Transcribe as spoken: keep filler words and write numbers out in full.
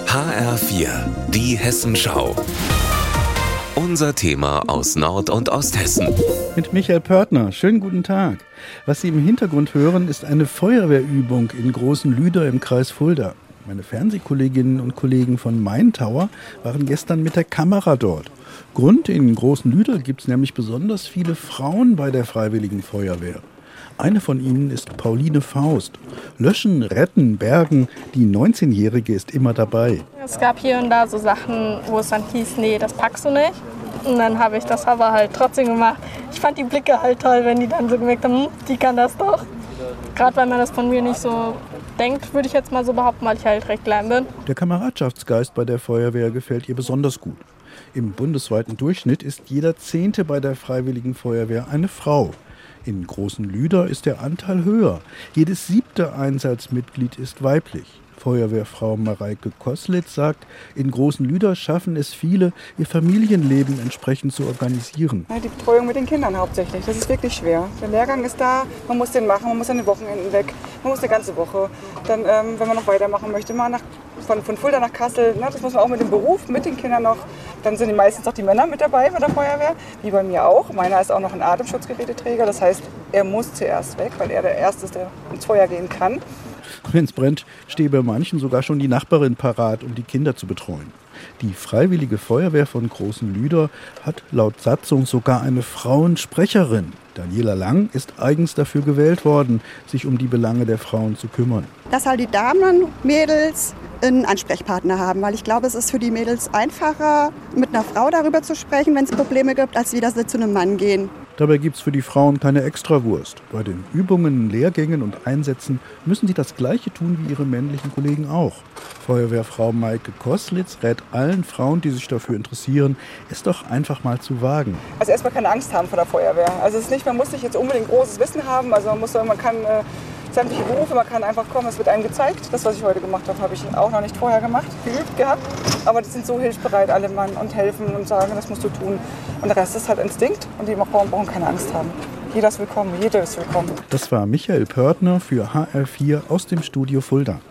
H R vier, die Hessenschau. Unser Thema aus Nord- und Osthessen. Mit Michael Pörtner. Schönen guten Tag. Was Sie im Hintergrund hören, ist eine Feuerwehrübung in Großen Lüder im Kreis Fulda. Meine Fernsehkolleginnen und Kollegen von Main Tower waren gestern mit der Kamera dort. Grund: in Großen Lüder gibt es nämlich besonders viele Frauen bei der Freiwilligen Feuerwehr. Eine von ihnen ist Pauline Faust. Löschen, retten, bergen, die neunzehnjährige ist immer dabei. Es gab hier und da so Sachen, wo es dann hieß, nee, das packst du nicht. Und dann habe ich das aber halt trotzdem gemacht. Ich fand die Blicke halt toll, wenn die dann so gemerkt haben, hm, die kann das doch. Gerade weil man das von mir nicht so denkt, würde ich jetzt mal so behaupten, weil ich halt recht klein bin. Der Kameradschaftsgeist bei der Feuerwehr gefällt ihr besonders gut. Im bundesweiten Durchschnitt ist jeder Zehnte bei der Freiwilligen Feuerwehr eine Frau. In Großen Lüder ist der Anteil höher. Jedes siebte Einsatzmitglied ist weiblich. Feuerwehrfrau Mareike Koslitz sagt, in Großen Lüder schaffen es viele, ihr Familienleben entsprechend zu organisieren. Die Betreuung mit den Kindern hauptsächlich, das ist wirklich schwer. Der Lehrgang ist da, man muss den machen, man muss an den Wochenenden weg, man muss eine ganze Woche. Dann, ähm, wenn man noch weitermachen möchte, mal nach, von, von Fulda nach Kassel, ne, das muss man auch mit dem Beruf, mit den Kindern noch. Dann sind die meistens auch die Männer mit dabei bei der Feuerwehr, wie bei mir auch. Meiner ist auch noch ein Atemschutzgeräteträger, das heißt, er muss zuerst weg, weil er der Erste ist, der ins Feuer gehen kann. Wenn es brennt, stehe bei manchen sogar schon die Nachbarin parat, um die Kinder zu betreuen. Die Freiwillige Feuerwehr von Großen Lüder hat laut Satzung sogar eine Frauensprecherin. Daniela Lang ist eigens dafür gewählt worden, sich um die Belange der Frauen zu kümmern. Dass halt die Damen, Mädels einen Ansprechpartner haben, weil ich glaube, es ist für die Mädels einfacher, mit einer Frau darüber zu sprechen, wenn es Probleme gibt, als wie dass sie zu einem Mann gehen. Dabei gibt es für die Frauen keine Extrawurst. Bei den Übungen, Lehrgängen und Einsätzen müssen sie das Gleiche tun wie ihre männlichen Kollegen auch. Feuerwehrfrau Mareike Koslitz rät allen Frauen, die sich dafür interessieren, es doch einfach mal zu wagen. Also erstmal keine Angst haben vor der Feuerwehr. Also es ist nicht, man muss nicht jetzt unbedingt großes Wissen haben. Also man muss, man kann äh, sämtliche Berufe, man kann einfach kommen, es wird einem gezeigt. Das, was ich heute gemacht habe, habe ich auch noch nicht vorher gemacht, geübt gehabt. Aber die sind so hilfsbereit, alle Mann, und helfen und sagen, das musst du tun. Und der Rest ist halt Instinkt und die Frauen brauchen keine Angst haben. Jeder ist willkommen, jeder ist willkommen. Das war Michael Pörtner für H R vier aus dem Studio Fulda.